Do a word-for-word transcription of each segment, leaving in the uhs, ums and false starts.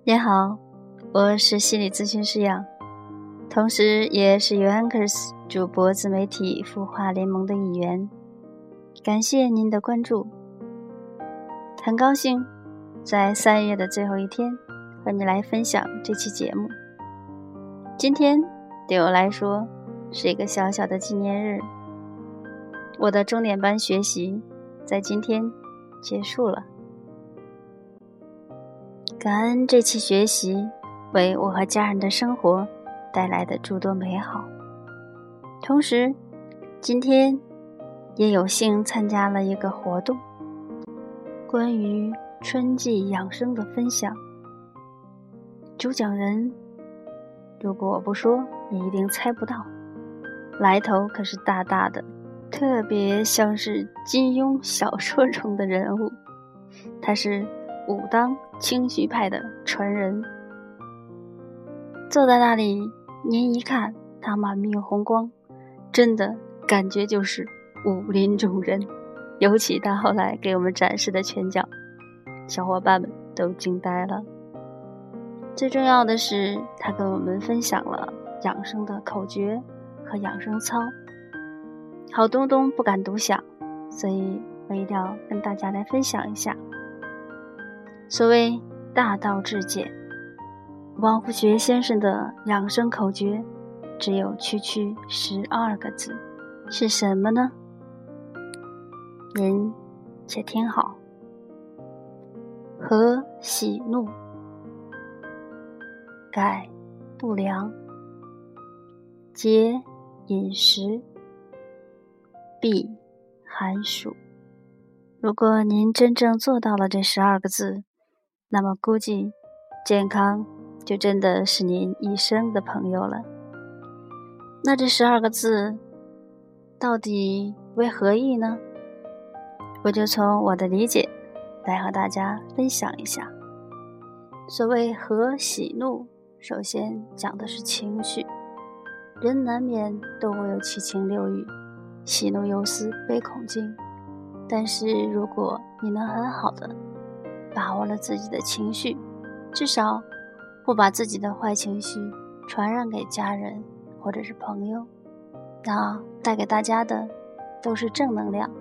你好，我是心理咨询师杨，同时也是 YouAnkers 主播自媒体孵化联盟的一员。感谢您的关注，很高兴在三月的最后一天和你来分享这期节目。今天对我来说是一个小小的纪念日，我的钟点班学习在今天结束了。感恩这期学习为我和家人的生活带来的诸多美好，同时今天也有幸参加了一个活动，关于春季养生的分享。主讲人如果我不说你一定猜不到，来头可是大大的，特别像是金庸小说中的人物，他是武当清虚派的传人。坐在那里，您一看他满面红光，真的感觉就是武林中人。尤其他后来给我们展示的拳脚，小伙伴们都惊呆了。最重要的是，他跟我们分享了养生的口诀和养生操，好东东不敢独享，所以我一定要跟大家来分享一下。所谓大道至简，王福学先生的养生口诀只有区区十二个字，是什么呢？您且听好：和喜怒，改不良，节饮食，避寒暑。如果您真正做到了这十二个字，那么估计健康就真的是您一生的朋友了。那这十二个字到底为何意呢？我就从我的理解来和大家分享一下。所谓和喜怒，首先讲的是情绪，人难免都会有七情六欲，喜怒忧思悲恐惊，但是如果你能很好的把握了自己的情绪，至少不把自己的坏情绪传染给家人或者是朋友，那带给大家的都是正能量。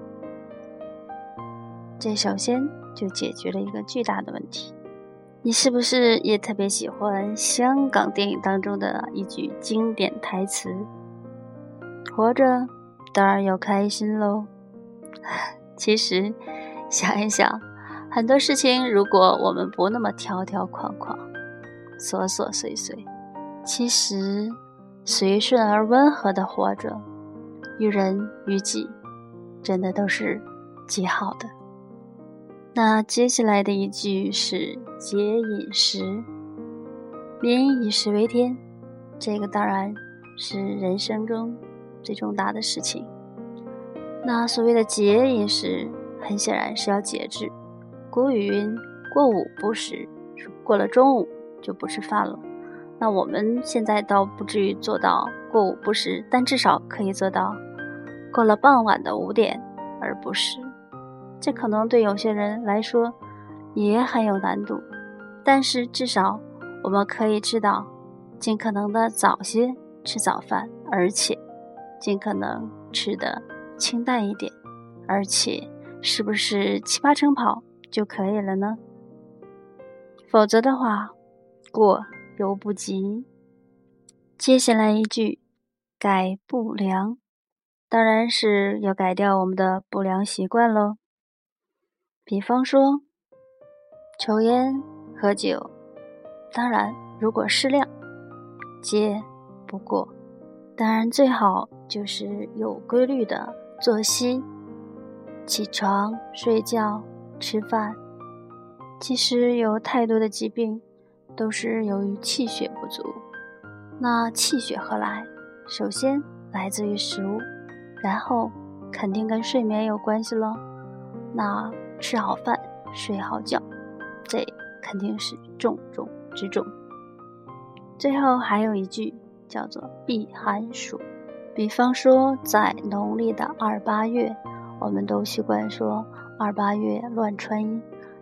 这首先就解决了一个巨大的问题。你是不是也特别喜欢香港电影当中的一句经典台词：活着当然要开心咯。其实想一想，很多事情如果我们不那么条条框框琐琐碎碎，其实随顺而温和的活着，于人于己真的都是极好的。那接下来的一句是节饮食，民以食为天，这个当然是人生中最重大的事情。那所谓的节饮食，很显然是要节制。古语云：过午不食，过了中午就不吃饭了。那我们现在倒不至于做到过午不食，但至少可以做到过了傍晚的五点而不食。这可能对有些人来说也很有难度，但是至少我们可以知道尽可能的早些吃早饭，而且尽可能吃的清淡一点，而且是不是七八成跑就可以了呢？否则的话，过犹不及。接下来一句改不良，当然是要改掉我们的不良习惯咯。比方说抽烟喝酒，当然如果适量，戒不过。当然最好就是有规律的作息，起床睡觉吃饭。其实有太多的疾病都是由于气血不足，那气血何来？首先来自于食物，然后肯定跟睡眠有关系咯。那吃好饭睡好觉，这肯定是重中之重。最后还有一句叫做避寒暑。比方说在农历的二八月，我们都习惯说二八月乱穿衣，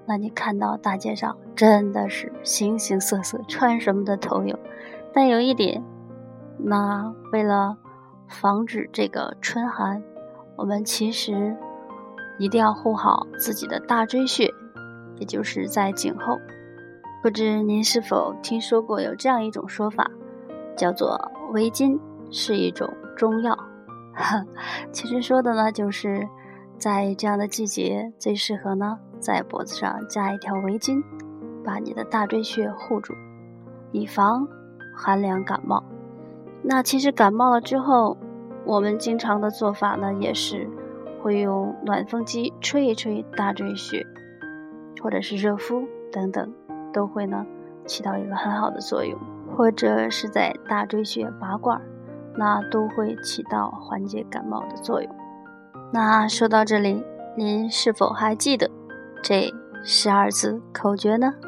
那你看到大街上真的是形形色色，穿什么的都有。但有一点，那为了防止这个春寒，我们其实一定要护好自己的大椎穴，也就是在颈后。不知您是否听说过有这样一种说法，叫做围巾是一种中药。其实说的呢，就是在这样的季节，最适合呢在脖子上加一条围巾，把你的大椎穴护住，以防寒凉感冒。那其实感冒了之后，我们经常的做法呢，也是会用暖风机吹一吹大椎穴，或者是热敷等等，都会呢起到一个很好的作用，或者是在大椎穴拔罐，那都会起到缓解感冒的作用。那说到这里，您是否还记得这十二字口诀呢？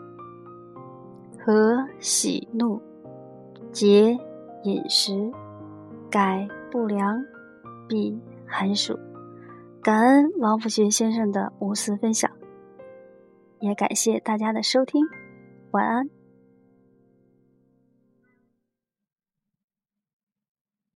和喜怒，节饮食，改不良，避寒暑。感恩王府学先生的无私分享，也感谢大家的收听，晚安。